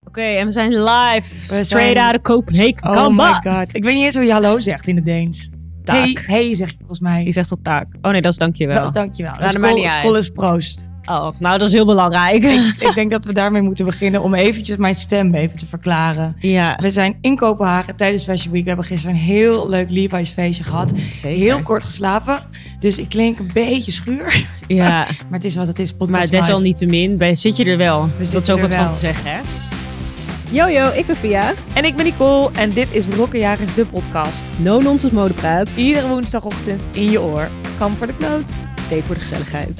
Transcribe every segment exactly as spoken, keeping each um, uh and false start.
Oké, okay, en we zijn live. We Straight zijn... out of Copenhagen. Oh my god. Ik weet niet eens hoe je hallo zegt in het Deens. Taak. Hey, hey zeg je volgens mij. Je zegt al taak. Oh nee, dat is dankjewel. Dat is dankjewel. Nou, dat maakt niet uit. School is proost. Oh, nou dat is heel belangrijk. Ik, ik denk dat we daarmee moeten beginnen om eventjes mijn stem even te verklaren. Ja. We zijn in Kopenhagen tijdens Fashion Week. We hebben gisteren een heel leuk Levi's feestje gehad. Zeker. Heel kort geslapen. Dus ik klink een beetje schuur. Ja. Maar het is wat het is. Podcast maar desalniettemin ben- zit je er wel. Dat is ook wat van te zeggen, hè? Yo yo, ik ben Via. En ik ben Nicole en dit is Rokkenjagers, de podcast. No nonsense modepraat. Iedere woensdagochtend in je oor. Kam voor de kloot. Stay voor de gezelligheid.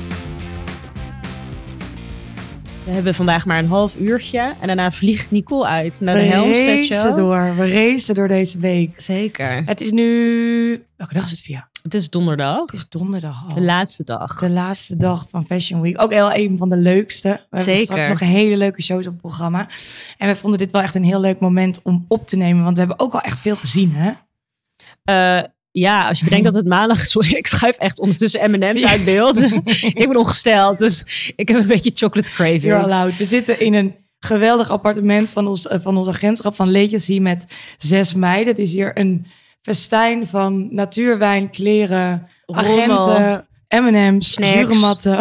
We hebben vandaag maar een half uurtje. En daarna vliegt Nicole uit naar de We Helmstedt racen Show. door. We racen door deze week. Zeker. Het is nu... Welke dag is het, Via? Het is donderdag. Het is donderdag al. De laatste dag. De laatste dag van Fashion Week. Ook wel een van de leukste. We hebben Zeker. straks nog een hele leuke shows op het programma. En we vonden dit wel echt een heel leuk moment om op te nemen. Want we hebben ook al echt veel gezien, hè? Uh, ja, als je bedenkt dat het maandag is. Sorry, ik schuif echt ondertussen M en M's uit beeld. Ik ben ongesteld, dus ik heb een beetje chocolate cravings. You're allowed. We zitten in een geweldig appartement van ons, van ons agentschap van Legacy met zes meiden. Het is hier een festijn van natuurwijn, kleren, agenten, M en M's, zure matten.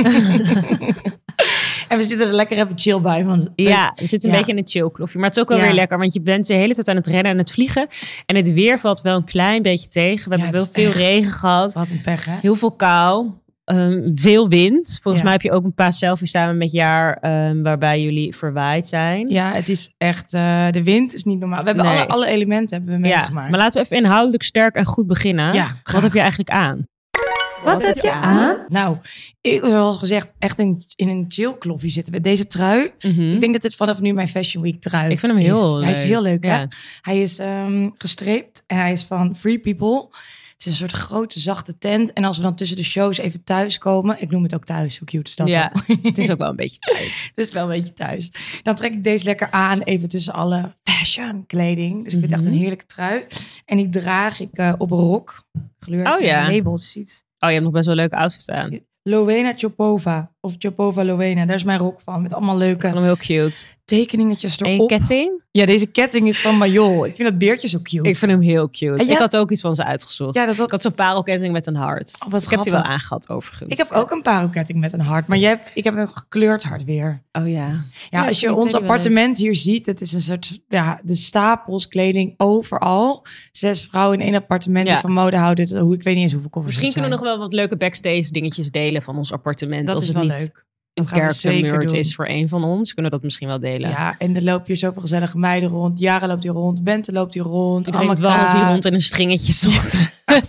En we zitten er lekker even chill bij. Want ja, we zitten een ja. beetje in een chill kloffie. Maar het is ook wel ja. weer lekker. Want je bent de hele tijd aan het rennen en het vliegen. En het weer valt wel een klein beetje tegen. We ja, hebben wel veel echt. regen gehad. Wat een pech, hè? Heel veel kou. Um, veel wind. Volgens ja. mij heb je ook een paar selfies samen met jaar um, waarbij jullie verwaaid zijn. Ja, het is echt... Uh, de wind is niet normaal. We hebben nee. alle, alle elementen hebben we meegemaakt. Ja, maar laten we even inhoudelijk sterk en goed beginnen. Ja, Wat graag. heb je eigenlijk aan? Wat, Wat heb je aan? aan? Nou, ik, zoals gezegd, echt in, in een chill kloffie zitten we. Deze trui, mm-hmm. ik denk dat dit vanaf nu mijn Fashion Week trui Ik vind hem heel is. leuk. Hij is heel leuk, ja. hè? Hij is um, gestreept en hij is van Free People. Het is een soort grote, zachte tent. En als we dan tussen de shows even thuis komen... Ik noem het ook thuis, hoe cute is dat? Ja, het is ook wel een beetje thuis. Het is wel een beetje thuis. Dan trek ik deze lekker aan, even tussen alle fashion kleding. Dus ik vind mm-hmm. het echt een heerlijke trui. En die draag ik uh, op een rok. Gekleurd oh ja. labels, iets. Oh, je hebt nog best wel leuke outfits aan. Lowena Chopova. Of Chopova Lowena. Daar is mijn rok van. Met allemaal leuke... Ik vond hem heel cute. Tekeningetjes erop. En je ketting? Ja, deze ketting is van Majol. Ik vind dat beertje zo cute. Ik vind hem heel cute. Ja, ik had ook iets van ze uitgezocht. Ja, dat had... Ik had zo'n parelketting met een hart. Oh, wat ik heb die wel aangehad overigens. Ik heb ook een parelketting met een hart. Maar jij hebt, ik heb een gekleurd hart weer. Oh ja. Ja, ja als je ons appartement hier ziet. Het is een soort, ja, de stapels kleding overal. Zes vrouwen in één appartement ja. die van mode houden. Hoe, ik weet niet eens hoeveel koffers. Misschien kunnen we nog wel wat leuke backstage dingetjes delen van ons appartement. Dat als is het wel niet leuk. Een character merch is voor een van ons. Kunnen we dat misschien wel delen. Ja, en er lopen hier zoveel gezellige meiden rond. Jara loopt hier rond. Bente loopt hier rond. Iedereen dwarrelt hier rond in een stringetje zocht.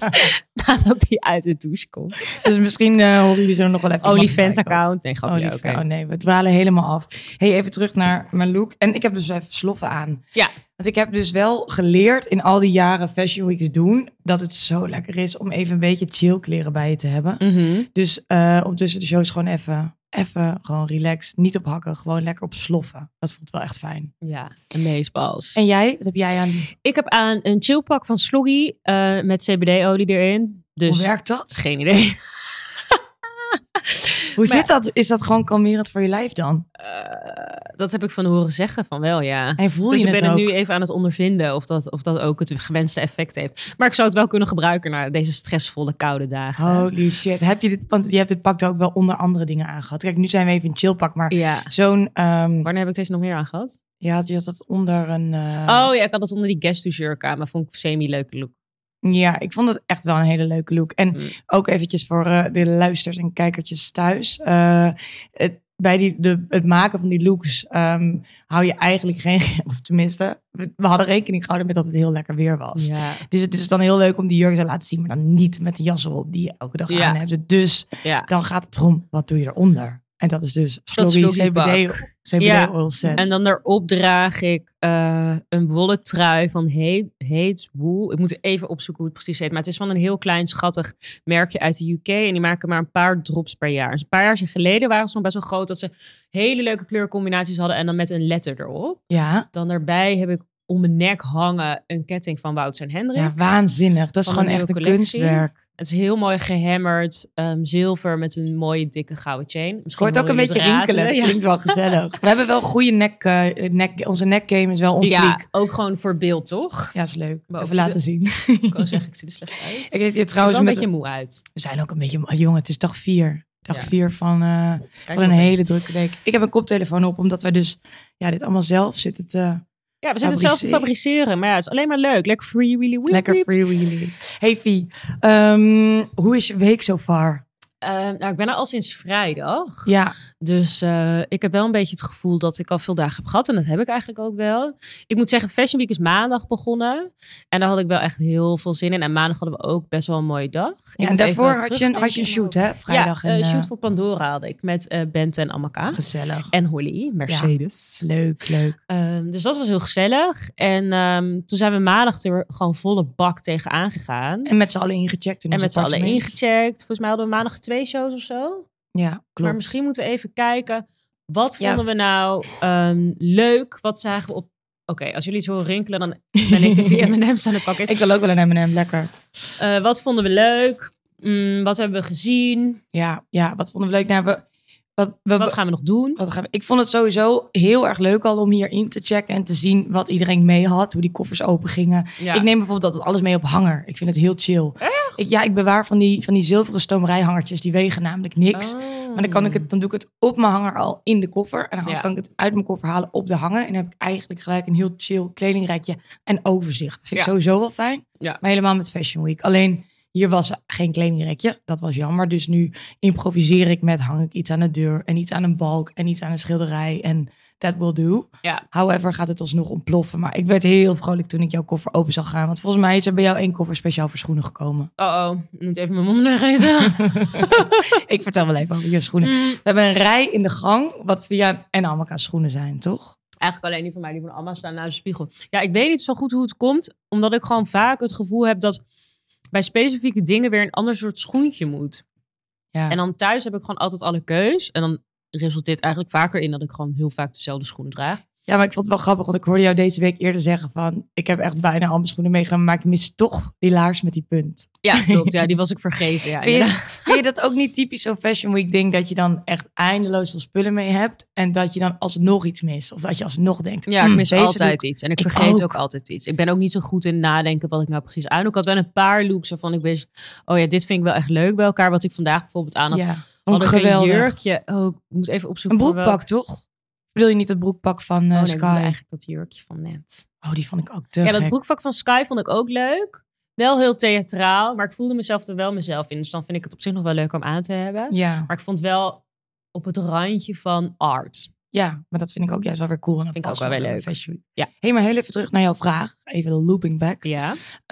Nadat hij uit de douche komt. Dus misschien uh, horen jullie zo nog wel even. OnlyFans account. Nee, grapje. Only Okay. Oh nee, we dwalen helemaal af. Hey, even terug naar mijn look. En ik heb dus even sloffen aan. Ja. Want ik heb dus wel geleerd in al die jaren Fashion Weeks doen... dat het zo lekker is om even een beetje chill kleren bij je te hebben. Mm-hmm. Dus uh, om tussen de shows gewoon even... Even gewoon relaxed, niet op hakken, gewoon lekker op sloffen. Dat voelt wel echt fijn. Ja, amazeballs. En jij? Wat heb jij aan? Ik heb aan een chillpak van Sloggy uh, met C B D-olie erin. Dus hoe werkt dat? Geen idee. Hoe maar, zit dat? Is dat gewoon kalmerend voor je lijf dan? Uh, dat heb ik van horen zeggen van wel, ja. En voel dus je ik het ben ook? het nu even aan het ondervinden of dat, of dat ook het gewenste effect heeft. Maar ik zou het wel kunnen gebruiken na deze stressvolle koude dagen. Holy shit. Heb je dit, want je hebt dit pak ook wel onder andere dingen aangehad. Kijk, nu zijn we even in chillpak, maar ja. zo'n... Um, Wanneer heb ik deze nog meer aangehad? Ja, je had het onder een... Uh... Oh ja, ik had het onder die guest jurk aan, maar vond ik semi-leuke look. Ja, ik vond het echt wel een hele leuke look. En mm. ook eventjes voor uh, de luisters en kijkertjes thuis. Uh, het, bij die, de, het maken van die looks um, hou je eigenlijk geen... Of tenminste, we, we hadden rekening gehouden met dat het heel lekker weer was. Ja. Dus het is dan heel leuk om die jurk te laten zien. Maar dan niet met de jas erop die je elke dag ja. aan hebt. Dus ja. dan gaat het erom, wat doe je eronder? En dat is dus Sloggy C B D, C B D ja. oil set. En dan daarop draag ik uh, een wollen trui van Hates Wool. Ik moet even opzoeken hoe het precies heet. Maar het is van een heel klein schattig merkje uit de U K. En die maken maar een paar drops per jaar. Dus een paar jaar geleden waren ze nog best wel groot. Dat ze hele leuke kleurcombinaties hadden. En dan met een letter erop. Ja. Dan daarbij heb ik om mijn nek hangen een ketting van Wout en Hendrik. Ja, waanzinnig. Dat is gewoon echt een collectie. kunstwerk. Het is heel mooi gehammerd. Um, zilver met een mooie dikke gouden chain. Het hoort ook een beetje rinkelen. Ja. Klinkt wel gezellig. We hebben wel goede nek, uh, nek... Onze nekgame is wel on Ja, fleek. ook gewoon voor beeld, toch? Ja, is leuk. Maar Even laten de... zien. Ik kan zeggen, ik zie er slecht uit. Ik zit hier trouwens een met beetje moe uit. We zijn ook een beetje... Jongen, het is dag vier. Dag Ja. vier van, uh, van een hele drukke week. Ik heb een koptelefoon op, omdat wij dus ja, dit allemaal zelf zitten te Ja, we zitten het zelf te fabriceren. Maar ja, het is alleen maar leuk. Lekker free wheelie wheelie. Lekker free wheelie. Hey Vie, um, hoe is je week so far? Uh, nou, ik ben er al sinds vrijdag. Ja. Dus uh, ik heb wel een beetje het gevoel dat ik al veel dagen heb gehad. En dat heb ik eigenlijk ook wel. Ik moet zeggen, Fashion Week is maandag begonnen. En daar had ik wel echt heel veel zin in. En maandag hadden we ook best wel een mooie dag. Ja, en daarvoor had je, een, had je een shoot, hè? Vrijdag. Ja, en, een uh, shoot uh, voor Pandora had ik. Met uh, Bente en Amaka. Gezellig. En Holly, Mercedes. Ja, leuk, leuk. Um, dus dat was heel gezellig. En um, toen zijn we maandag er gewoon volle bak tegenaan gegaan. En met z'n allen ingecheckt. In en met z'n allen ingecheckt. Volgens mij hadden we maandag twee shows of zo. Ja, klopt. Maar misschien moeten we even kijken. Wat Ja. vonden we nou um, leuk? Wat zagen we op... Oké, okay, als jullie het horen rinkelen, dan ben ik het die M en M's aan het pakken. Ik wil ook wel een M en M, lekker. Uh, wat vonden we leuk? Mm, wat hebben we gezien? Ja, ja, wat vonden we leuk? Nou, we, wat, we, wat gaan we nog doen? Wat gaan we, ik vond het sowieso heel erg leuk al om hier in te checken en te zien wat iedereen mee had. Hoe die koffers open gingen. Ja. Ik neem bijvoorbeeld altijd alles mee op hanger. Ik vind het heel chill. Echt? Ik, ja, ik bewaar van die, van die zilveren stomerijhangertjes. Die wegen namelijk niks. Oh. Maar dan, kan ik het, dan doe ik het op mijn hanger al in de koffer. En dan Ja. kan ik het uit mijn koffer halen op de hanger. En dan heb ik eigenlijk gelijk een heel chill kledingrijkje en overzicht. Dat vind ik Ja. sowieso wel fijn. Ja. Maar helemaal met Fashion Week. Alleen hier was geen kledingrekje. Dat was jammer. Dus nu improviseer ik met hang ik iets aan de deur. En iets aan een balk. En iets aan een schilderij. En that will do. Ja. However gaat het alsnog ontploffen. Maar ik werd heel vrolijk toen ik jouw koffer open zag gaan. Want volgens mij is er bij jou één koffer speciaal voor schoenen gekomen. Oh oh, ik moet even mijn mond leggen. Ik vertel wel even over je schoenen. Mm. We hebben een rij in de gang. Wat Via en Amaka's schoenen zijn, toch? Eigenlijk alleen die van mij, die van Amma staan naast de spiegel. Ja, ik weet niet zo goed hoe het komt. Omdat ik gewoon vaak het gevoel heb dat bij specifieke dingen weer een ander soort schoentje moet. Ja. En dan thuis heb ik gewoon altijd alle keus. En dan resulteert eigenlijk vaker in dat ik gewoon heel vaak dezelfde schoenen draag. Ja, maar ik vond het wel grappig, want ik hoorde jou deze week eerder zeggen van... ik heb echt bijna al mijn schoenen meegenomen, maar ik mis toch die laars met die punt. Ja, klopt. Ja, die was ik vergeten. Ja, vind, je, vind je dat ook niet typisch zo'n Fashion Week ding... dat je dan echt eindeloos veel spullen mee hebt... en dat je dan alsnog iets mist? Of dat je alsnog denkt... Ja, ik mis deze altijd look, iets. En ik, ik vergeet ook. ook altijd iets. Ik ben ook niet zo goed in nadenken wat ik nou precies aan. Ik had wel een paar looks waarvan ik wist... oh ja, dit vind ik wel echt leuk bij elkaar. Wat ik vandaag bijvoorbeeld aan had. Ja, had ik geweldig. een jurkje. Oh, ik moet even opzoeken. Een broekpak, toch? Wil je niet het broekpak van uh, oh, nee, Sky? ik bedoelde eigenlijk dat jurkje van net. Oh, die vond ik ook te Ja, gek. dat broekvak van Sky vond ik ook leuk. Wel heel theatraal, maar ik voelde mezelf er wel mezelf in. Dus dan vind ik het op zich nog wel leuk om aan te hebben. Ja. Maar ik vond wel op het randje van art. Ja, maar dat vind ik ook juist wel weer cool. En dat Vind ik past ook wel weer bij leuk. Fashion Week. Ja. Hey, maar heel even terug naar jouw vraag. Even de looping back. Ja.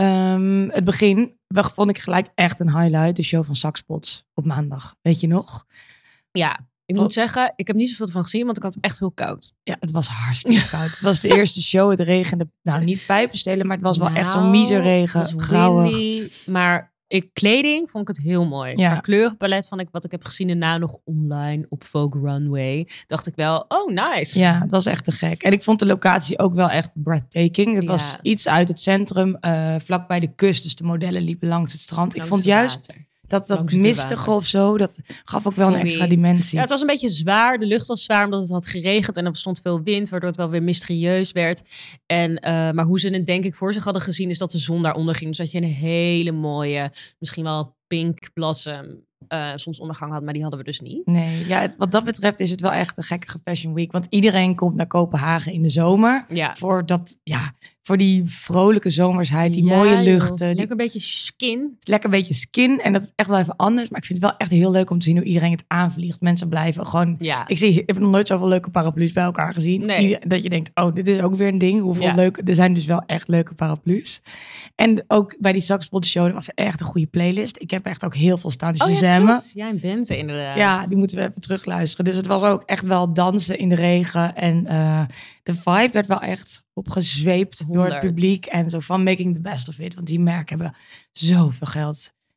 Um, het begin vond ik gelijk echt een highlight. De show van Saxpots op maandag. Weet je nog? Ja. Ik moet zeggen, ik heb niet zoveel ervan gezien, want ik had het echt heel koud. Ja, het was hartstikke koud. Het was de eerste show, het regende. Nou, niet pijpenstelen, maar het was wel nou, echt zo'n miseregen, grauwig. Windy, maar ik, kleding vond ik het heel mooi. Ja. Het kleurenpalet van ik, wat ik heb gezien daarna nog online op Vogue Runway, dacht ik wel, oh nice. Ja, het was echt te gek. En ik vond de locatie ook wel echt breathtaking. Het Ja. was iets uit het centrum, uh, vlak bij de kust. Dus de modellen liepen langs het strand. Langs ik vond het juist... water. Dat, dat Langs het mistige water. of zo, dat gaf ook wel een Sorry. extra dimensie. Ja, het was een beetje zwaar. De lucht was zwaar omdat het had geregend en er stond veel wind, waardoor het wel weer mysterieus werd. En, uh, maar hoe ze het denk ik voor zich hadden gezien, is dat de zon daaronder ging. Dus dat je een hele mooie, misschien wel pink blossom uh, zonsondergang had, maar die hadden we dus niet. Nee, ja, het, wat dat betreft is het wel echt een gekkige Fashion Week. Want iedereen komt naar Kopenhagen in de zomer. Ja. Voor, dat, ja, voor die vrolijke zomersheid, die Ja, mooie joh. luchten. Die, Lekker een beetje skin. lekker een beetje skin. En dat is echt wel even anders. Maar ik vind het wel echt heel leuk om te zien hoe iedereen het aanvliegt. Mensen blijven gewoon... Ja. Ik, zie, ik heb nog nooit zoveel leuke paraplu's bij elkaar gezien. Nee. Ieder- dat je denkt, oh, dit is ook weer een ding. Hoeveel Ja. leuke... Er zijn dus wel echt leuke paraplu's. En ook bij die Saxpot show, er was echt een goede playlist. Ik heb echt ook heel veel staan. Dus Oh die ja, zwemmen. klopt. Jij en Bente inderdaad. Ja, die moeten we even terugluisteren. Dus het was ook echt wel dansen in de regen. En uh, de vibe werd wel echt opgezweept door het honderd. publiek. En zo van making the best of it. Want die merken hebben zoveel geld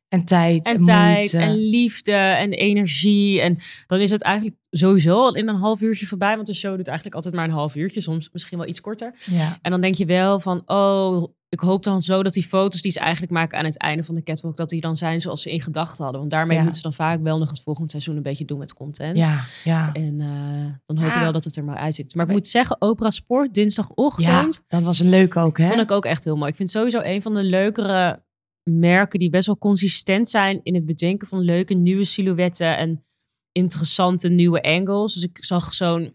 En tijd en, En tijd moeite. en liefde en energie. En dan is het eigenlijk sowieso al in een half uurtje voorbij. Want de show doet eigenlijk altijd maar een half uurtje. Soms misschien wel iets korter. Ja. En dan denk je wel van, oh, ik hoop dan zo dat die foto's die ze eigenlijk maken aan het einde van de catwalk, dat die dan zijn zoals ze in gedachten hadden. Want daarmee Ja. moeten ze dan vaak wel nog het volgende seizoen een beetje doen met content. Ja, ja. En uh, dan hoop ik Ja. wel dat het er maar uitziet. Maar ik moet zeggen, Oprah Sport, dinsdagochtend, Ja, dat was een leuke ook, hè? vond ik ook echt heel mooi. Ik vind sowieso een van de leukere merken die best wel consistent zijn in het bedenken van leuke nieuwe silhouetten en interessante nieuwe angles. Dus ik zag zo'n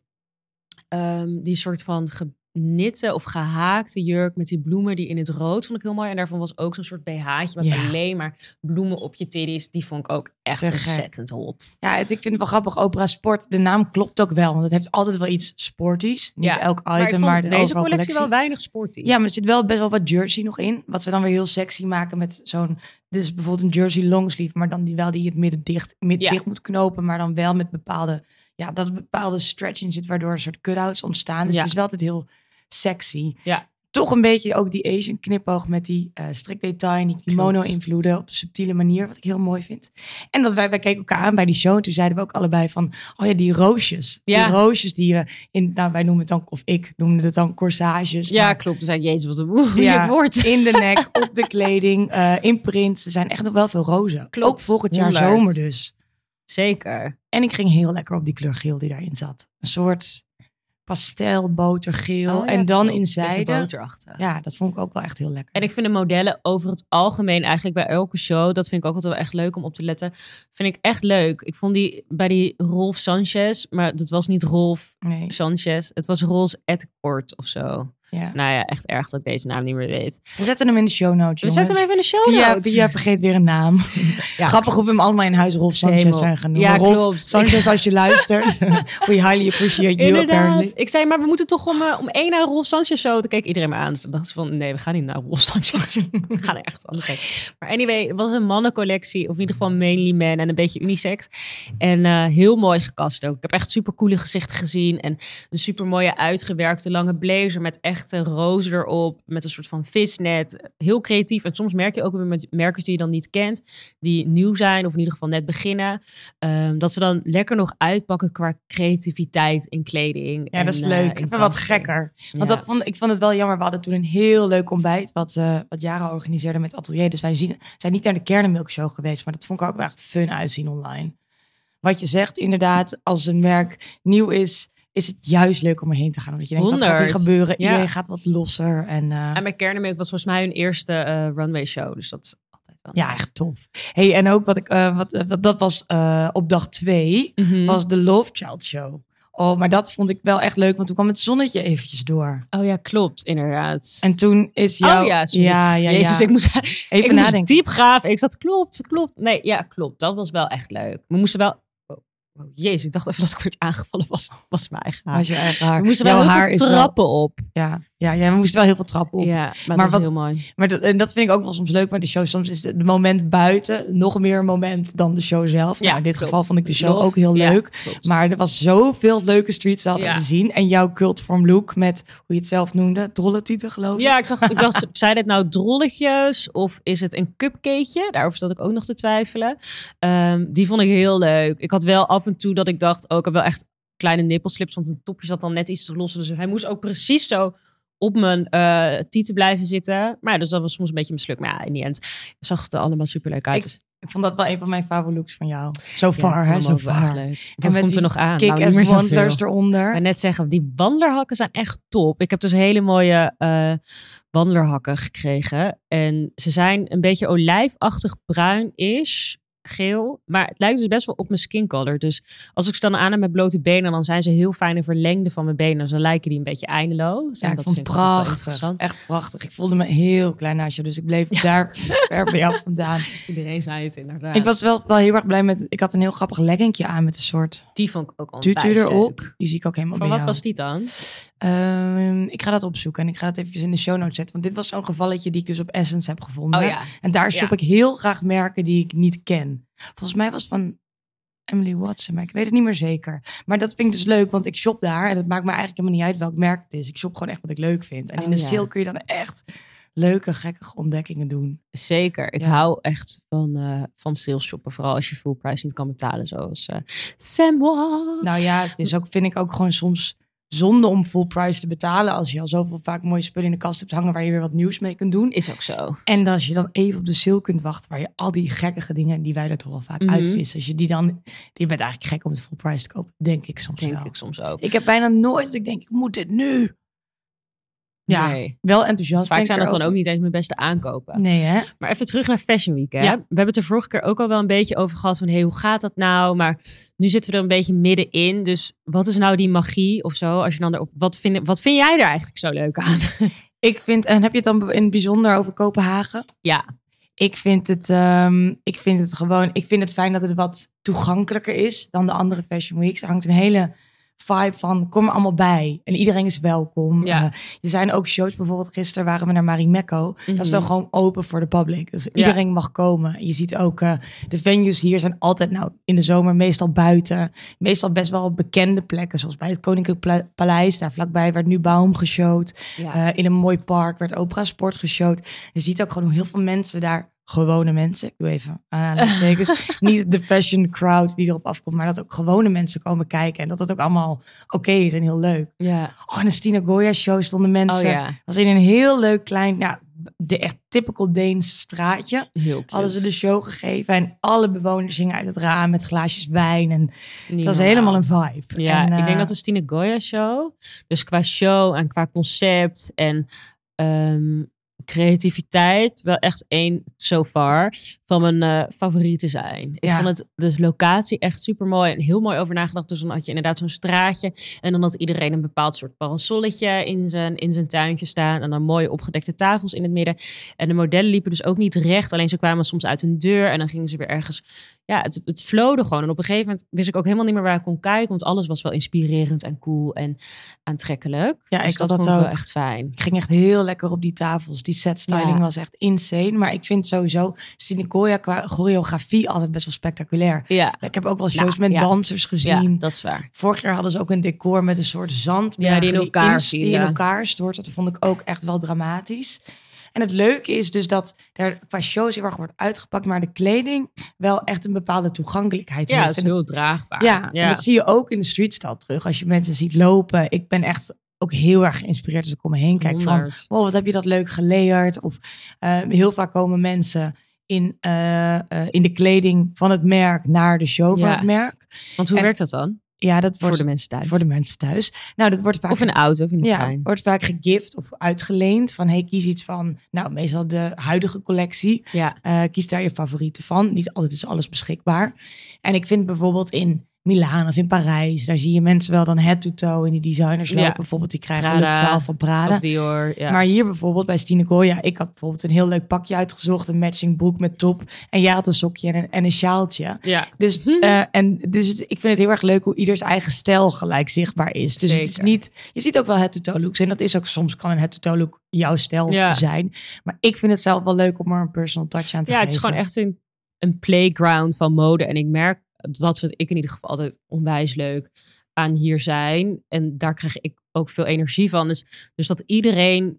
um, die soort van genitten of gehaakte jurk met die bloemen die in het rood vond ik heel mooi. En daarvan was ook zo'n soort B H'tje met Ja. alleen maar bloemen op je titties. Die vond ik ook echt Te gek. ontzettend hot. Ja, het, ik vind het wel grappig. Oprah Sport, de naam klopt ook wel. Want het heeft altijd wel iets sporties. Niet Ja, elk Maar ik item, vond maar, de deze overal collectie, collectie. wel weinig sporty. Ja, maar er zit wel best wel wat jersey nog in. Wat ze dan weer heel sexy maken met zo'n... Dit is bijvoorbeeld een jersey longsleeve, maar dan die wel die het midden dicht, midden Ja. dicht moet knopen. Maar dan wel met bepaalde... Ja, dat er bepaalde stretch in zit, waardoor een soort cut-outs ontstaan. Dus Ja. het is wel altijd heel sexy. Ja. Toch een beetje ook die Asian knipoog met die uh, strikdetail en die kimono-invloeden op een subtiele manier, wat ik heel mooi vind. En dat wij, wij keken elkaar aan bij die show en toen zeiden we ook allebei van, oh ja, die roosjes. Ja. Die roosjes die je in, nou wij noemen het dan, of ik noemde het dan corsages. Ja, maar klopt. Dan zei ik, jezus, wat een moeilijk Ja. woord. in de nek, op de kleding, uh, in print. Er zijn echt nog wel veel rozen. Klopt. Ook volgend jaar honderd. zomer dus. Zeker. En ik ging heel lekker op die kleur geel die daarin zat. Een soort pastelbotergeel Oh ja, en dan klopt. in Beetje zijde. boterachtig. Ja, dat vond ik ook wel echt heel lekker. En ik vind de modellen over het algemeen, eigenlijk bij elke show, dat vind ik ook altijd wel echt leuk om op te letten. Vind ik echt leuk. Ik vond die bij die Rolf Sanchez, maar dat was niet Rolf Nee, Sanchez. Het was Rolf Edcourt of zo. ja. Nou ja, echt erg dat ik deze naam niet meer weet. We zetten hem in de show notes, We zetten hem even in de show Via, notes. via vergeet weer een naam. Ja, Grappig hoe we hem allemaal in huis Rolf Sanchez Hemel. zijn genoemd. Ja, Rolf klopt. Sanchez, als je luistert. We highly appreciate you, Inderdaad. apparently. Ik zei, maar we moeten toch om, uh, om één naar Rolf Sanchez show. Dan keek iedereen me aan. Dus dan dacht ze van, nee, we gaan niet naar Rolf Sanchez. We gaan ergens anders heen. Maar anyway, het was een mannencollectie. Of in ieder geval mainly men en een beetje unisex. En uh, heel mooi gekast ook. Ik heb echt super coole gezichten gezien. En een super mooie uitgewerkte lange blazer met echte rozen erop. Met een soort van visnet. Heel creatief. En soms merk je ook weer met merken die je dan niet kent. Die nieuw zijn of in ieder geval net beginnen. Um, dat ze dan lekker nog uitpakken qua creativiteit in kleding. Ja, en, dat is uh, leuk. in Even wat kasten. gekker. Want Ja. dat vond, ik vond het wel jammer. We hadden toen een heel leuk ontbijt. Wat, uh, wat Jara organiseerde met Atelier. Dus wij zien, zijn niet naar de Kernenmilk Show geweest. Maar dat vond ik ook wel echt fun uitzien online. Wat je zegt, inderdaad. Als een merk nieuw is, is het juist leuk om erheen te gaan. Want je denkt, wat gaat hier honderd. gebeuren? Ja. Iedereen gaat wat losser. En, uh, En bij Kernenmilk was volgens mij hun eerste uh, runway show. Dus dat is altijd wel... ja, echt tof. Hey, en ook wat ik, uh, wat, uh, dat, dat was uh, op dag twee. Mm-hmm. Was de Love Child Show. Oh, maar dat vond ik wel echt leuk. Want toen kwam het zonnetje eventjes door. Oh ja, klopt. Inderdaad. En toen is jouw... Oh ja, sorry. ja, ja, Jezus, ja. ik moest, Even ik moest nadenken. diep graven. Ik zat, klopt, klopt. Nee, ja, klopt. Dat was wel echt leuk. We moesten wel... Oh, oh, jezus, ik dacht even dat ik werd aangevallen was. Was mijn eigen haar. Als je eigen haar. We moesten Jouw wel heel haar veel is wel- trappen op. Ja, ja, ja, we moesten wel heel veel trappen op. Ja, maar, het Maar was wat- heel mooi. Maar dat, en dat vind ik ook wel soms leuk met de show. Soms is het moment buiten nog meer een moment dan de show zelf. Ja, Nou, in dit klopt. geval vond ik de show Love, ook heel ja, leuk. klopt. Maar er was zoveel leuke streetstyle Ja. te zien. En jouw cultform look met, hoe je het zelf noemde, drolletieten geloof ik. Ja, ik, zag, ik dacht, zijn het nou drolletjes of is het een cupcakeje? Daarover zat ik ook nog te twijfelen. Um, die vond ik heel leuk. Ik had wel af en toe dat ik dacht, oh, ik heb wel echt kleine nippelslips, want het topje zat dan net iets te lossen. Dus hij moest ook precies zo op mijn uh, tieten blijven zitten. Maar ja, dus dat was soms een beetje mislukt. Maar ja, in die end zag het er allemaal super leuk uit. Ik- Dus, Ik vond dat wel een van mijn favoriete looks van jou. So ja, far, ik hè, vond so hem ook wel echt far. leuk. En Wat met komt die er nog aan? Nou, niet Kick-ass meer zoveel. wandlers eronder. Maar net zeggen, die wandlerhakken zijn echt top. Ik heb dus hele mooie uh, wandlerhakken gekregen. En ze zijn een beetje olijfachtig bruin-ish, geel. Maar het lijkt dus best wel op mijn skin color. Dus als ik ze dan aan heb met blote benen, dan zijn ze heel fijn en verlengde van mijn benen. Dus dan lijken die een beetje eindeloos. Ja, En ik dat vond het vind altijd wel prachtig. interessant. Echt prachtig. Ik voelde me heel klein naast je, dus ik bleef daar ver bij jou vandaan. Iedereen zei het inderdaad. Ik was wel, wel heel erg blij met... Ik had een heel grappig leggingje aan met een soort Die vond ik ook al tutu onwijs erop. leuk. Die zie ik ook helemaal Van bij wat jou. was die dan? Ehm, ik ga dat opzoeken en ik ga het eventjes in de show notes zetten. Want dit was zo'n gevalletje die ik dus op Essence heb gevonden. Oh ja. En daar shop Ja. ik heel graag merken die ik niet ken. Volgens mij was het van Emily Watson, maar ik weet het niet meer zeker. Maar dat vind ik dus leuk, want ik shop daar. En het maakt me eigenlijk helemaal niet uit welk merk het is. Ik shop gewoon echt wat ik leuk vind. En Oh in de ja. sale kun je dan echt leuke, gekke ontdekkingen doen. Zeker. Ik Ja. hou echt van, uh, van sales shoppen. Vooral als je full price niet kan betalen. Zoals uh, Samwa. Nou ja, het is ook, vind ik ook gewoon soms zonde om full price te betalen. Als je al zoveel vaak mooie spullen in de kast hebt hangen waar je weer wat nieuws mee kunt doen. Is ook zo. En als je dan even op de sale kunt wachten, waar je al die gekkige dingen die wij er toch wel vaak Mhm. uitvissen. Als je die dan, die bent eigenlijk gek om het full price te kopen, denk ik soms Denk wel. ik soms ook. Ik heb bijna nooit dat ik denk, ik moet dit nu. Ja, Nee. wel enthousiast. Vaak ben zijn ik dat dan ook erover. niet eens mijn beste aankopen. Nee hè? Maar even terug naar Fashion Week. Hè? Ja. We hebben het er vorige keer ook al wel een beetje over gehad. Van hey, hoe gaat dat nou? Maar nu zitten we er een beetje middenin. Dus wat is nou die magie of zo? Als je dan erop, wat, vind, wat vind jij er eigenlijk zo leuk aan? Ik vind, en heb je het dan in het bijzonder over Kopenhagen? Ja. Ik vind het, um, ik vind het gewoon, ik vind het fijn dat het wat toegankelijker is dan de andere Fashion Weeks. Er hangt een hele vibe van, kom er allemaal bij. En iedereen is welkom. Ja. Uh, er zijn ook shows, bijvoorbeeld gisteren waren we naar Marimekko. Mm-hmm. Dat is dan gewoon open voor de public. Dus iedereen ja. mag komen. Je ziet ook, uh, de venues hier zijn altijd, nou in de zomer meestal buiten. Meestal best wel bekende plekken, zoals bij het Koninklijk Paleis. Daar vlakbij werd nu Baum geshowd. Ja. Uh, in een mooi park werd Opera Sport geshowd. Je ziet ook gewoon hoe heel veel mensen daar, gewone mensen, ik doe even aanhalingstekens, niet de fashion crowd die erop afkomt, maar dat ook gewone mensen komen kijken en dat het ook allemaal oké okay is en heel leuk. Ja. Oh, en de Stina Goya show stonden mensen, oh, ja. was in een heel leuk klein, ja, de echt typical Deens straatje. Heel cute. Hadden ze de show gegeven en alle bewoners hingen uit het raam met glaasjes wijn en Niet het was normaal. helemaal een vibe. Ja, en, uh, ik denk dat de Stina Goya show, dus qua show en qua concept en um, creativiteit wel echt één so far van mijn uh, favorieten zijn. Ik ja. vond het de locatie echt super mooi en heel mooi over nagedacht. Dus dan had je inderdaad zo'n straatje en dan had iedereen een bepaald soort parasolletje in zijn, in zijn tuintje staan en dan mooie opgedekte tafels in het midden. En de modellen liepen dus ook niet recht, alleen ze kwamen soms uit een deur en dan gingen ze weer ergens. Ja, het, het flowde gewoon. En op een gegeven moment wist ik ook helemaal niet meer waar ik kon kijken, want alles was wel inspirerend en cool en aantrekkelijk. Ja, dus ik had dat dat vond ik ook. wel echt fijn. Ik ging echt heel lekker op die tafels. Die setstyling Ja. was echt insane. Maar ik vind sowieso Stina Goya qua choreografie altijd best wel spectaculair. Ja. Ik heb ook wel shows Nou, met ja. dansers gezien. Ja, dat is waar. Vorig jaar hadden ze ook een decor met een soort zandbergen Ja, die in elkaar ins- die in vielen. elkaar stort. Dat vond ik ook echt wel dramatisch. En het leuke is dus dat er qua shows heel erg wordt uitgepakt, maar de kleding wel echt een bepaalde toegankelijkheid Ja, heeft. het is En heel draagbaar. ja, ja. en dat zie je ook in de streetstyle terug. Als je mensen ziet lopen. Ik ben echt ook heel erg geïnspireerd als ik om me heen kijk. Van, honderd. wow, wat heb je dat leuk gelayerd. Of uh, heel vaak komen mensen in, uh, uh, in de kleding van het merk naar de show van Ja. het merk. Want hoe En- werkt dat dan? Ja, dat wordt Voor de mensen thuis. voor de mensen thuis. Nou, dat wordt vaak Of in de auto of in de ja, trein. wordt vaak gegift of uitgeleend. Van hey, kies iets van, nou, meestal de huidige collectie. Ja. Uh, kies daar je favorieten van. Niet altijd is alles beschikbaar. En ik vind bijvoorbeeld in Milaan of in Parijs, daar zie je mensen wel dan head to toe in die designers lopen. Ja. Bijvoorbeeld, die krijgen Prada, look twaalf van Prada. Of Dior. Ja. Maar hier bijvoorbeeld bij Stina Goya, ik had bijvoorbeeld een heel leuk pakje uitgezocht, een matching broek met top. En jij had een sokje en een, en een sjaaltje. ja. Dus, uh, en dus het- ik vind het heel erg leuk hoe ieders eigen stijl gelijk zichtbaar is. Dus het is Zeker. niet, je ziet ook wel head-to-toe looks. En dat is ook soms, kan een head-to-toe look jouw stijl Ja. zijn. Maar ik vind het zelf wel leuk om er een personal touch aan te Ja, geven. het is gewoon echt een, een playground van mode. En ik merk, dat vind ik in ieder geval altijd onwijs leuk aan hier zijn. En daar krijg ik ook veel energie van. Dus, dus dat iedereen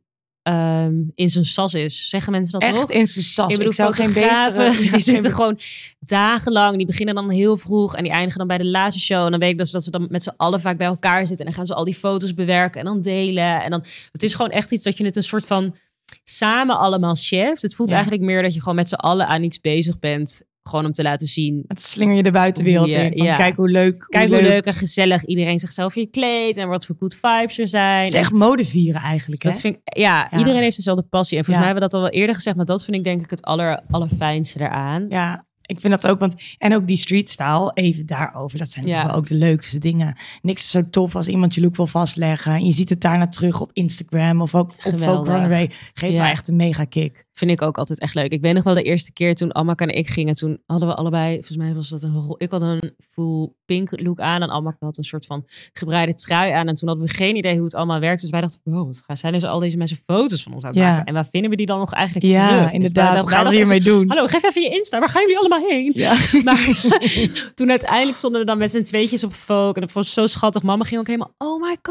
um, in zijn sas is. Zeggen mensen dat Echt toch? in zijn sas. Ik bedoel, zou geen fotografen, betere... die ja, zitten geen- gewoon dagenlang. Die beginnen dan heel vroeg en die eindigen dan bij de laatste show. En dan weet ik dus dat ze dan met z'n allen vaak bij elkaar zitten. En dan gaan ze al die foto's bewerken en dan delen. En dan, het is gewoon echt iets dat je het een soort van samen allemaal cheft. Het voelt Ja. eigenlijk meer dat je gewoon met z'n allen aan iets bezig bent. Gewoon om te laten zien. Het slinger je de buitenwereld Ja, in. Van, ja. Kijk hoe leuk. Kijk hoe leuk en gezellig iedereen zichzelf hier kleedt. En wat voor good vibes er zijn. Het is echt mode vieren eigenlijk. Hè? Dat vind ik, ja, Ja. iedereen heeft dezelfde passie. En volgens Ja. mij hebben we dat al wel eerder gezegd. Maar dat vind ik denk ik het aller, allerfijnste eraan. Ja, ik vind dat ook. Want, en ook die streetstyle, even daarover. Dat zijn Ja. toch wel ook de leukste dingen. Niks is zo tof als iemand je look wil vastleggen. Je ziet het daarna terug op Instagram of ook op Vogue Geweldig. Runway. Geeft Ja. wel echt een mega kick. Vind ik ook altijd echt leuk. Ik weet nog wel de eerste keer toen Amaka en ik gingen. Toen hadden we allebei, volgens mij was dat een ro- ik had een full pink look aan. En Amaka had een soort van gebreide trui aan. En toen hadden we geen idee hoe het allemaal werkt. Dus wij dachten, wow, wat gaan- zijn dus al deze mensen foto's van ons aan het Ja. maken? En waar vinden we die dan nog eigenlijk Ja, terug? Dus inderdaad. wij Wat dachten- gaan ze wij dachten, hiermee doen? Hallo, geef even je Insta. Waar gaan jullie allemaal heen? Ja. Maar toen uiteindelijk stonden we dan met z'n tweetjes op Vogue. En dat vond ik zo schattig. Mama ging ook helemaal, oh my god.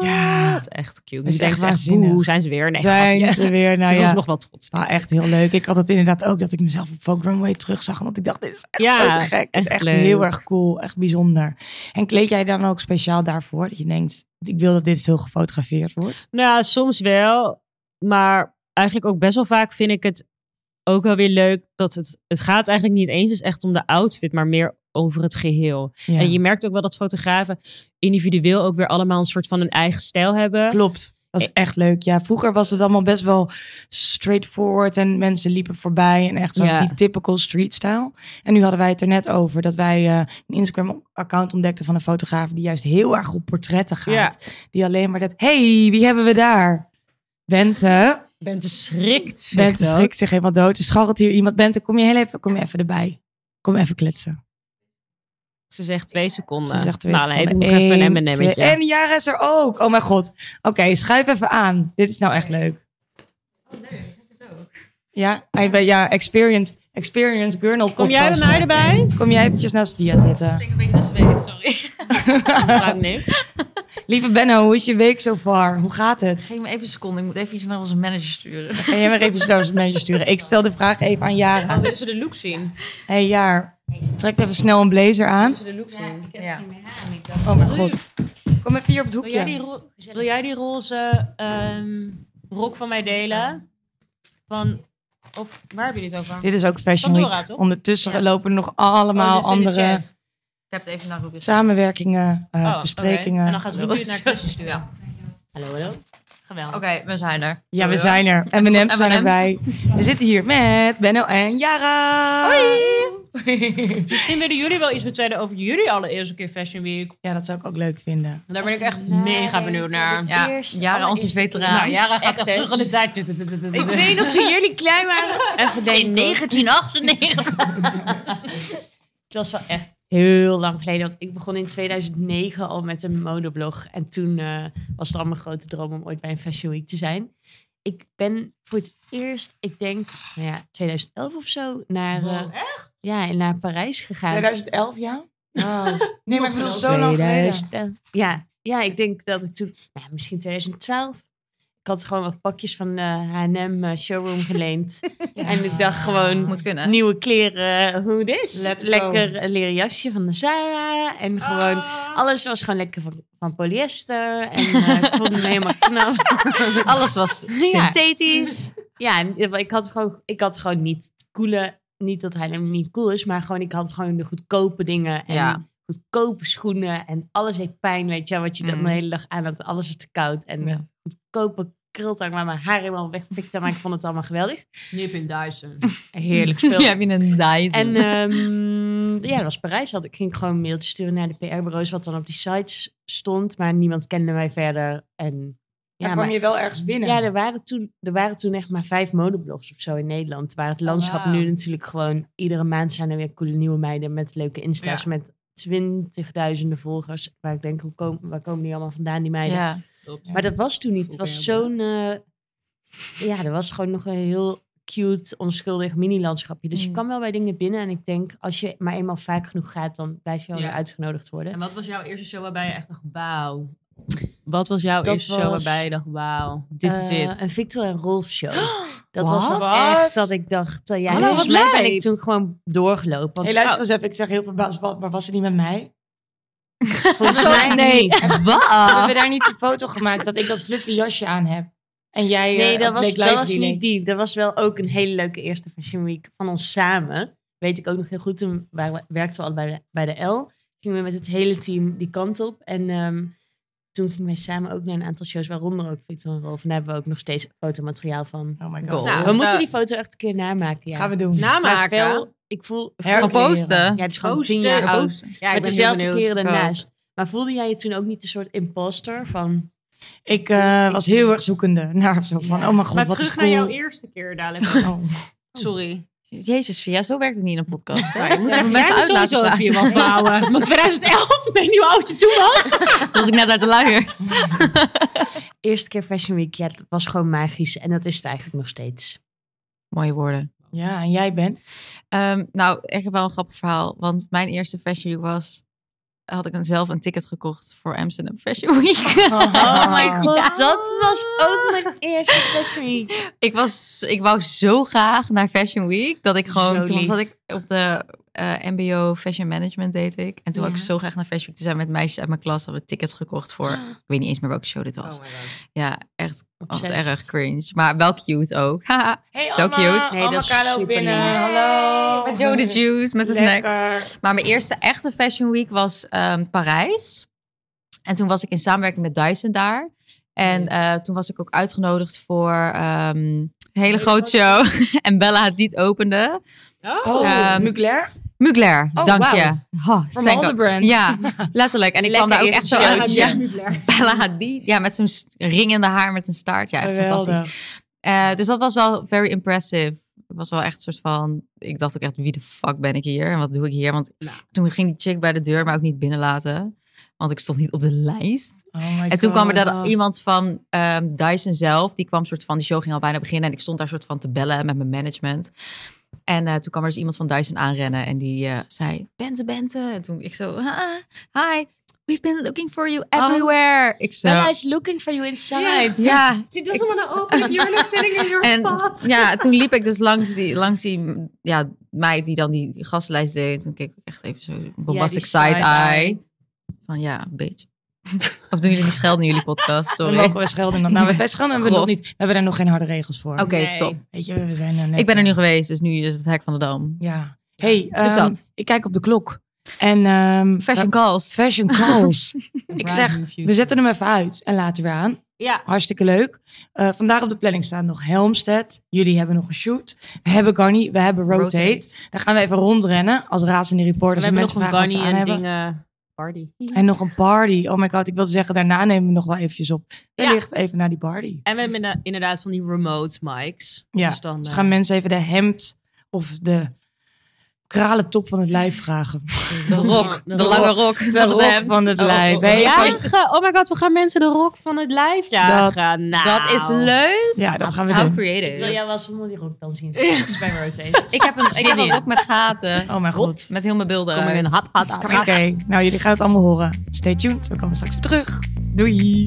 Ja. Wat echt cute. Dat is Nu denken echt ze echt, waanzinnig. hoe zijn ze weer? Nee, Zijn grapje. ze weer, nou Ze ja. was nog wel trots. Nou, echt heel leuk. Ik had het inderdaad ook dat ik mezelf op Vogue Runway terugzag. Want ik dacht, dit is echt Ja, zo te gek. Het is echt echt leuk. heel erg cool. Echt bijzonder. En kleed jij dan ook speciaal daarvoor? Dat je denkt, ik wil dat dit veel gefotografeerd wordt? Nou, soms wel. Maar eigenlijk ook best wel vaak vind ik het ook wel weer leuk dat het... Het gaat eigenlijk niet eens echt om de outfit, maar meer over het geheel. Ja. En je merkt ook wel dat fotografen individueel ook weer allemaal een soort van een eigen stijl hebben. Klopt. Dat is echt leuk. Ja, vroeger was het allemaal best wel straightforward en mensen liepen voorbij en echt zo Ja. die typical street style. En nu hadden wij het er net over dat wij uh, een Instagram-account ontdekten van een fotograaf die juist heel erg op portretten gaat. Ja. Die alleen maar dat, hey, wie hebben we daar? Bente. Bente schrikt. Bente schrikt zich helemaal dood. Er scharrelt hier iemand. Bente, kom je heel even, kom je even erbij. Kom even kletsen. Ze zegt twee seconden. Ze zegt twee nou, dan eet ik seconden. nog even een Eén, M en twee- M'tje. En Jara is er ook. Oh mijn god. Oké, okay, schuif even aan. Dit is nou echt leuk. Ja, ik ben, ja, experienced, experienced journal Kom jij er podcaster. mij erbij? Kom jij eventjes naast Via zitten. Ik denk een beetje naar zweet, sorry. Vraag niks. Lieve Benno, hoe is je week zo far? Hoe gaat het? Geef me even een seconde, ik moet even iets naar onze manager sturen. Ga jij maar even zo een manager sturen. Ik stel de vraag even aan Jara. Oh, willen ze de look zien? Hey Jaar, trek even snel een blazer aan. Willen ze de look zien? Ja. Oh mijn god. Kom even hier op het Wil jij die, hoekje. ro- wil jij die roze ehm, rok van mij delen? Van, of waar heb je dit over? Dit is ook Fashion Pandora, Week. toch? Ondertussen Ja. lopen er nog allemaal Oh, dit is in de andere chat. Ik heb het even naar Ruben. samenwerkingen, uh, Oh, besprekingen. oké. En dan gaat Ruby het naar Chrissy sturen. Ja. Hallo, hallo. Geweldig. Oké, we zijn er. Ja, we Sorry, zijn er. En M en M's zijn M en M's. erbij. We zitten hier met Benno en Jara. Hoi! Misschien willen jullie wel iets vertellen over jullie allereerste keer Fashion Week. Ja, dat zou ik ook leuk vinden. Daar ben ik echt mega benieuwd naar. Ja, Jara, onze veteraan. Nou, Jara gaat Echt, echt terug hè? in de tijd. Ik weet nog toen jullie klein waren. Even denken. In negentien achtennegentig. Het was wel echt heel lang geleden. Want ik begon in tweeduizend negen al met een modeblog. En toen uh, was het al mijn grote droom om ooit bij een Fashion Week te zijn. Ik ben voor het eerst, ik denk, nou ja, tweeduizend elf of zo, naar, uh, echt? Ja, naar Parijs gegaan. tweeduizend elf, ja? Oh. Nee, maar ik bedoel zo lang geleden. Ja, ja, ik denk dat ik toen, nou, misschien tweeduizend twaalf. Ik had gewoon wat pakjes van de H en M showroom geleend. Ja. En ik dacht gewoon, Moet kunnen. nieuwe kleren, hoe dit is. Let's Lekker leren jasje van de Zara. En gewoon, Ah. alles was gewoon lekker van, van polyester. En uh, ik voelde me helemaal knap. Alles was synthetisch. Ja, en ik had gewoon, ik had gewoon niet coole, niet dat hij niet cool is, maar gewoon, ik had gewoon de goedkope dingen. En Ja. goedkope schoenen. En alles heeft pijn, weet je wel, wat je dan Mm. de hele dag aan had. Alles is te koud. En Ja. goedkope krultang waar mijn haar helemaal wegfikte. Maar ik vond het allemaal geweldig. Nip in Dyson. Heerlijk spul. Ja, heb je een Dyson. En um, ja, dat was Parijs. Had ik ging gewoon een mailtje sturen naar de P R-bureaus wat dan op die sites stond. Maar niemand kende mij verder. En Ja, ja, kwam maar, je wel ergens binnen? ja er, waren toen, er waren toen echt maar vijf modeblogs of zo in Nederland. Waar het landschap wauw. nu natuurlijk gewoon... Iedere maand zijn er weer coole nieuwe meiden met leuke insta's. Ja. Met twintigduizenden volgers. Waar ik denk, hoe komen, waar komen die allemaal vandaan, die meiden? ja. Maar dat was toen niet. Het was zo'n... Uh, ja, er was gewoon nog een heel cute, onschuldig mini-landschapje. Dus je Mm. kan wel bij dingen binnen. En ik denk, als je maar eenmaal vaak genoeg gaat, dan blijf je wel Ja. weer uitgenodigd worden. En wat was jouw eerste show waarbij je echt dacht, wauw. Wat was jouw Dat eerste show was- waarbij je dacht, wauw, dit is Eh, het. Een Victor en Rolf show. Dat was Wat? wel echt dat ik dacht... uh, ja, Hallo, volgens wat mij ben lijp. ik toen gewoon doorgelopen. Want Hey, luister eens even. Ik zeg heel verbaasd, wat, maar was het niet met mij? volgens mij Nee. niet. Hebben Wat? we daar niet die foto gemaakt dat ik dat fluffy jasje aan heb? En jij Nee, eh, dat op was, Blake dat was Lively niet die. Dat was wel ook een hele leuke eerste Fashion Week van ons samen. Weet ik ook nog heel goed. Toen waren we- werkten we al bij de, bij de L. Gingen we met het hele team die kant op. En ehm, toen gingen wij samen ook naar een aantal shows, waaronder ook Victor en Rolf. En daar hebben we ook nog steeds fotomateriaal van. Oh my god. Goal. Nou, we moeten eh, die foto echt een keer namaken. Ja. Gaan we doen. Maar Namaken. veel, ik voel... Hercreëren. Van posten. Ja, het is gewoon Posten. tien jaar Oh, oud. Posten. Ja, ik Met ben dezelfde heel benieuwd. keren ernaast. Maar voelde jij je toen ook niet een soort imposter van... Ik eh, was heel erg zoekende naar zo van, Ja. oh mijn god, Maar wat terug is naar cool. jouw eerste keer dadelijk. Oh. Sorry. Jezus, Via, zo werkt het niet in een podcast. Hè? Ja, je moet Ja, even, mensen jij moet uit sowieso laten even praten. iemand vouwen. Want twintig elf, ik weet niet hoe oud je toen was. Toen was ik net uit de luiers. Eerste keer Fashion Week, ja, het was gewoon magisch. En dat is het eigenlijk nog steeds. Mooie woorden. Ja, en jij bent? Um, nou, ik heb wel een grappig verhaal. Want mijn eerste Fashion Week was had ik zelf een ticket gekocht voor Amsterdam Fashion Week. Oh my god, Ja. dat was ook mijn eerste Fashion Week. Ik, was, ik wou zo graag naar Fashion Week. Dat ik gewoon, Zo toen lief. zat ik op de uh, M B O Fashion Management deed ik. En toen Ja. wou ik zo graag naar Fashion Week. Toen zijn met meisjes uit mijn klas hadden we tickets gekocht voor, ik weet niet eens meer welke show dit was. Oh my god. Ja, echt, echt Obsessed. erg cringe. Maar wel cute ook. Haha, Hey, zo Alma. cute. Nee, Alma dat is Carlo super binnen. lief. Hallo. Met Joe the Juice, met de snacks. Lekker. Maar mijn eerste echte Fashion Week was um, Parijs. En toen was ik in samenwerking met Dyson daar. En uh, toen was ik ook uitgenodigd voor um, een hele grote show. En Bella Hadid opende. Oh, Ehm, Mugler? Mugler, Oh, dank wauw. je. Oh, From thank all the God. brands. Ja, letterlijk. En ik kwam daar ook echt zo uit. Ja, Ja. Bella Hadid. Ja, met zo'n s- ring in de haar met een staart. Ja, echt fantastisch. Uh, dus dat was wel very impressive. Ik was wel echt een soort van... Ik dacht ook echt, wie de fuck ben ik hier? En wat doe ik hier? Want Nou. toen ging die chick bij de deur, maar ook niet binnenlaten. Want ik stond niet op de lijst. Oh my En toen kwam er God. dan iemand van um, Dyson zelf. Die kwam soort van, die show ging al bijna beginnen. En ik stond daar soort van te bellen met mijn management. En uh, toen kwam er dus iemand van Dyson aanrennen. En die uh, zei, Bente, Bente. En toen ik zo, ah, hi, we've been looking for you everywhere. Ik zo, Bella is looking for you inside. ja. She doesn't want to open if you're not sitting in your En spot. ja, toen liep ik dus langs die, langs die ja, meid die dan die gastenlijst deed. Toen keek ik echt even zo bombastic die side-eye. side-eye. Van ja, bitch. Of doen jullie niet schelden in jullie podcast? We Sorry. mogen we schelden nog. Nou, wij schelden hebben we nog Grof. niet. We hebben daar nog geen harde regels voor. Oké, Nee. top. Weet je, we zijn er net... Ik ben er eh, nu geweest, dus nu is het hek van de dam. Ja. Hey, Dus ehm, dat. ik kijk op de klok. En ehm, Fashion calls. Fashion calls. Ik zeg, we zetten hem even uit en laten we aan. Ja. Hartstikke leuk. Uh, vandaag op de planning staat nog Helmstedt. Jullie hebben nog een shoot. We hebben Garni, we hebben Rotate. Rotate. Dan gaan we even rondrennen als razende We reporters. en hebben nog mensen een vragen wat Garni ze aan en hebben. dingen party. En nog een party. Oh my god, ik wilde zeggen, daarna nemen we nog wel eventjes op. Wellicht even naar die party. En we hebben inderdaad- inderdaad van die remote mics. Ja, Dus dan, dus eh, gaan mensen even de hemd of de kralen top van het lijf vragen. De rok. De, lange rok. De van rok het hemd. van het Oh, lijf. oh, Hey, oh. ja, jagen. Oh my god, we gaan mensen de rok van het lijf jagen. Nou. Dat is leuk. Ja, dat gaan we How doen. creative. Wil jij wel eens die rok dan zien? Straks bij Rotate. Ik heb een, ik heb een rok met gaten. Oh mijn god. Met heel mijn beelden. Kom in uit. een hat, hat, hat. Oké, nou jullie gaan het allemaal horen. Stay tuned, we komen straks weer terug. Doei.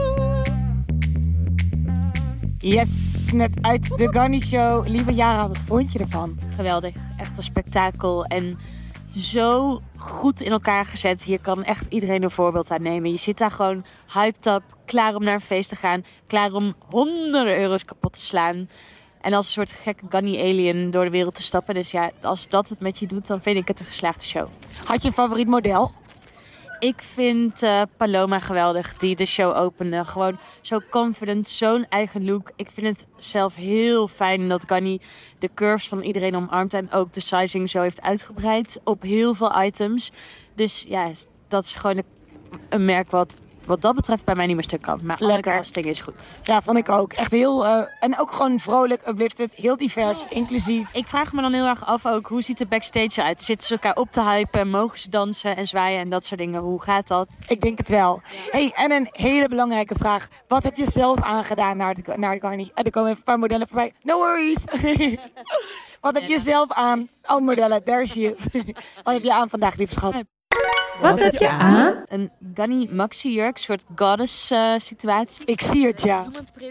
Yes, net uit de Garni Show. Lieve Jara, wat vond je ervan? Geweldig. Echt een spektakel. En zo goed in elkaar gezet. Hier kan echt iedereen een voorbeeld aan nemen. Je zit daar gewoon hyped up. Klaar om naar een feest te gaan. Klaar om honderden euro's kapot te slaan. En als een soort gekke Gunny alien door de wereld te stappen. Dus ja, als dat het met je doet, dan vind ik het een geslaagde show. Had je een favoriet model? Ik vind uh, Paloma geweldig, die de show opende. Gewoon zo confident, zo'n eigen look. Ik vind het zelf heel fijn dat Gunny de curves van iedereen omarmt. En ook de sizing zo heeft uitgebreid op heel veel items. Dus ja, dat is gewoon een, een merk wat, wat dat betreft bij mij niet meer stuk kan. Maar alle Lekker. casting is goed. Ja, vond ik ook. Echt heel... Uh, en ook gewoon vrolijk, uplifted, heel divers, inclusief. Ik vraag me dan heel erg af ook, hoe ziet de backstage eruit? Zitten ze elkaar op te hypen? Mogen ze dansen en zwaaien en dat soort dingen? Hoe gaat dat? Ik denk het wel. Hey, en een hele belangrijke vraag. Wat heb je zelf aangedaan naar de, naar de Garni? Er komen even een paar modellen voorbij. No worries. Wat heb je zelf aan? Oh, modellen, there she is. Wat heb je aan vandaag, lief schat? Wat heb je aan? Een Gunny maxi jurk, soort goddess uh, situatie. Ik zie het, ja.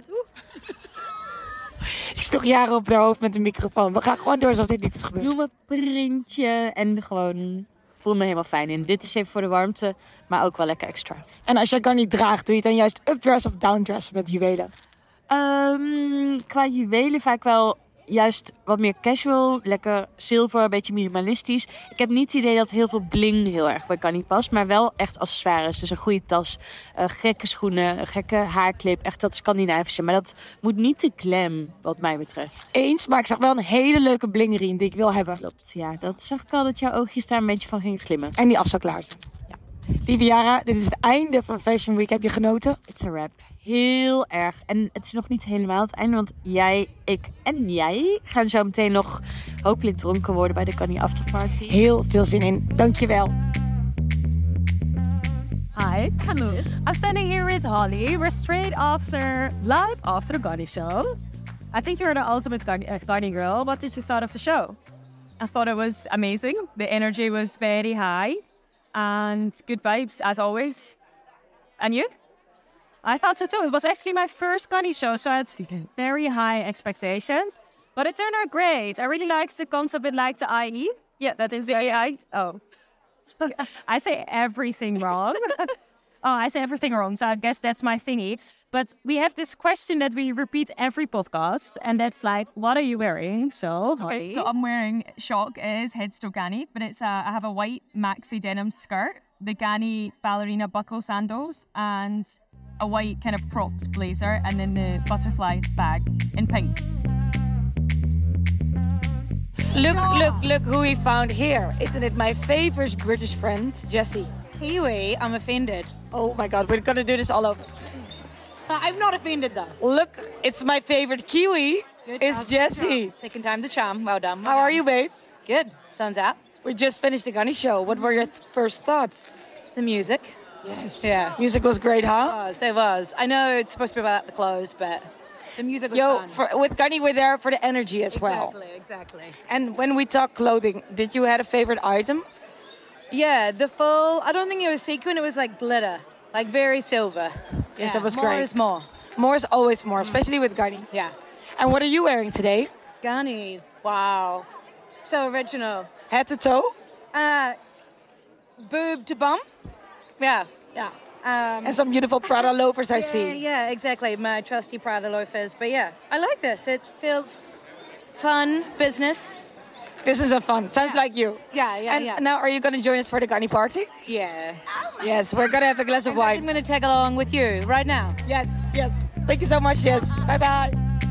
Ik sloeg jaren op haar hoofd met een microfoon. We gaan gewoon door alsof dit niet is gebeurd. Noem een printje en gewoon voel me helemaal fijn in. Dit is even voor de warmte, maar ook wel lekker extra. En als je het Garni draagt, doe je het dan juist updress of downdress met juwelen? Um, qua juwelen vaak wel juist wat meer casual, lekker zilver, een beetje minimalistisch. Ik heb niet het idee dat heel veel bling heel erg bij Gunny past, maar wel echt accessoires. Dus een goede tas, uh, gekke schoenen, een gekke haarclip, echt dat Scandinavische. Maar dat moet niet te glam, wat mij betreft. Eens, maar ik zag wel een hele leuke blingriem die ik wil hebben. Klopt, ja, dat zag ik al dat jouw oogjes daar een beetje van gingen glimmen. En die af zou klaar zijn. Ja. Lieve Jara, dit is het einde van Fashion Week. Heb je genoten? It's a wrap. Heel erg. En het is nog niet helemaal het einde, want jij, ik en jij gaan zo meteen nog hopelijk dronken worden bij de Gunny Afterparty. Heel veel zin in. Dankjewel. Hi, hello. I'm standing here with Holly. We're straight after, live after the Garni show. I think you're the ultimate Garni, uh, Garni girl. What did you thought of the show? I thought it was amazing. The energy was very high. and good vibes as always. And you? I thought so too. It was actually my first Gunny show, so I had very high expectations. But it turned out great. I really liked the concept. It liked the I E. Yeah, that is the I E. Oh. I say everything wrong. oh, I say everything wrong, so I guess that's my thingy. But we have this question that we repeat every podcast, and that's like, what are you wearing? So, okay, so I'm wearing, shock, it is headstock Ganni, but it's a, I have a white maxi denim skirt, the Ganni ballerina buckle sandals, and a white kind of props blazer, and then the butterfly bag in pink. Look, look, look who we found here. Isn't it my favorite British friend, Jessie? Kiwi, I'm offended. Oh my God, we're gonna do this all over. Uh, I'm not offended though. Look, it's my favorite Kiwi. Good it's job, Jessie. Second time's a charm. Well done. Well How done. are you, babe? Good. Sun's out. We just finished the Gunny show. What were your th- first thoughts? The music. Yes. Yeah. Music was great, huh? It was. It was. I know it's supposed to be about the clothes, but the music was Yo, fun. for, with Gunny, we're there for the energy as well. Exactly, exactly. And when we talk clothing, did you have a favorite item? Yeah, the full, I don't think it was sequin, it was like glitter. Like very silver. Yes, Yeah, that was more great. is more. More is always more, especially with Gunny. Yeah. And what are you wearing today? Gunny. Wow. So original. Head to toe? Uh, boob to bum. Yeah. Yeah. Um, And some beautiful Prada loafers I yeah, see. yeah, exactly. My trusty Prada loafers. But yeah, I like this. It feels fun, business. Business and fun. Sounds Yeah. like you. Yeah, yeah, And yeah. now are you going to join us for the Gunny party? Yeah. Yes, we're going to have a glass of I'm wine. going to tag along with you right now. Yes, yes. Thank you so much, yes. Bye-bye.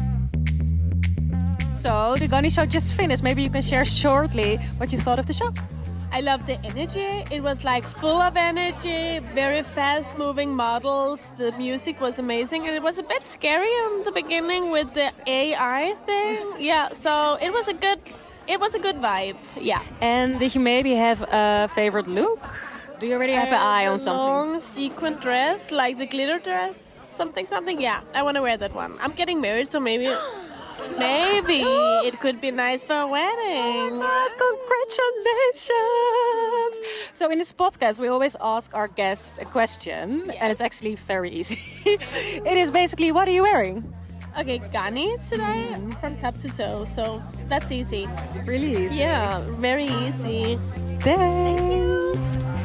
So, the Gunny show just finished. Maybe you can share shortly what you thought of the show. I love the energy. It was like full of energy, very fast moving models. The music was amazing and it was a bit scary in the beginning with the A I thing. Yeah, so it was a good it was a good vibe. Yeah. And did you maybe have a favorite look? Do you already have an eye on something? Long sequin dress, like the glitter dress, something something. Yeah, I want to wear that one. I'm getting married, so maybe maybe it could be nice for a wedding. Congratulations! So in this podcast, we always ask our guests a question, and it's actually very easy. It is basically, what are you wearing? Okay, Gunny today from top to toe, so that's easy. Really easy. Yeah, very easy. Thanks!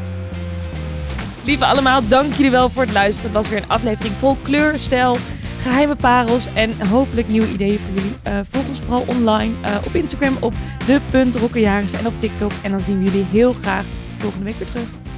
Lieve allemaal, dank jullie wel voor het luisteren. Het was weer een aflevering vol kleur, stijl, geheime parels en hopelijk nieuwe ideeën voor jullie. Uh, volg ons vooral online uh, op Instagram op de punt rokkenjaris en op TikTok. En dan zien we jullie heel graag volgende week weer terug.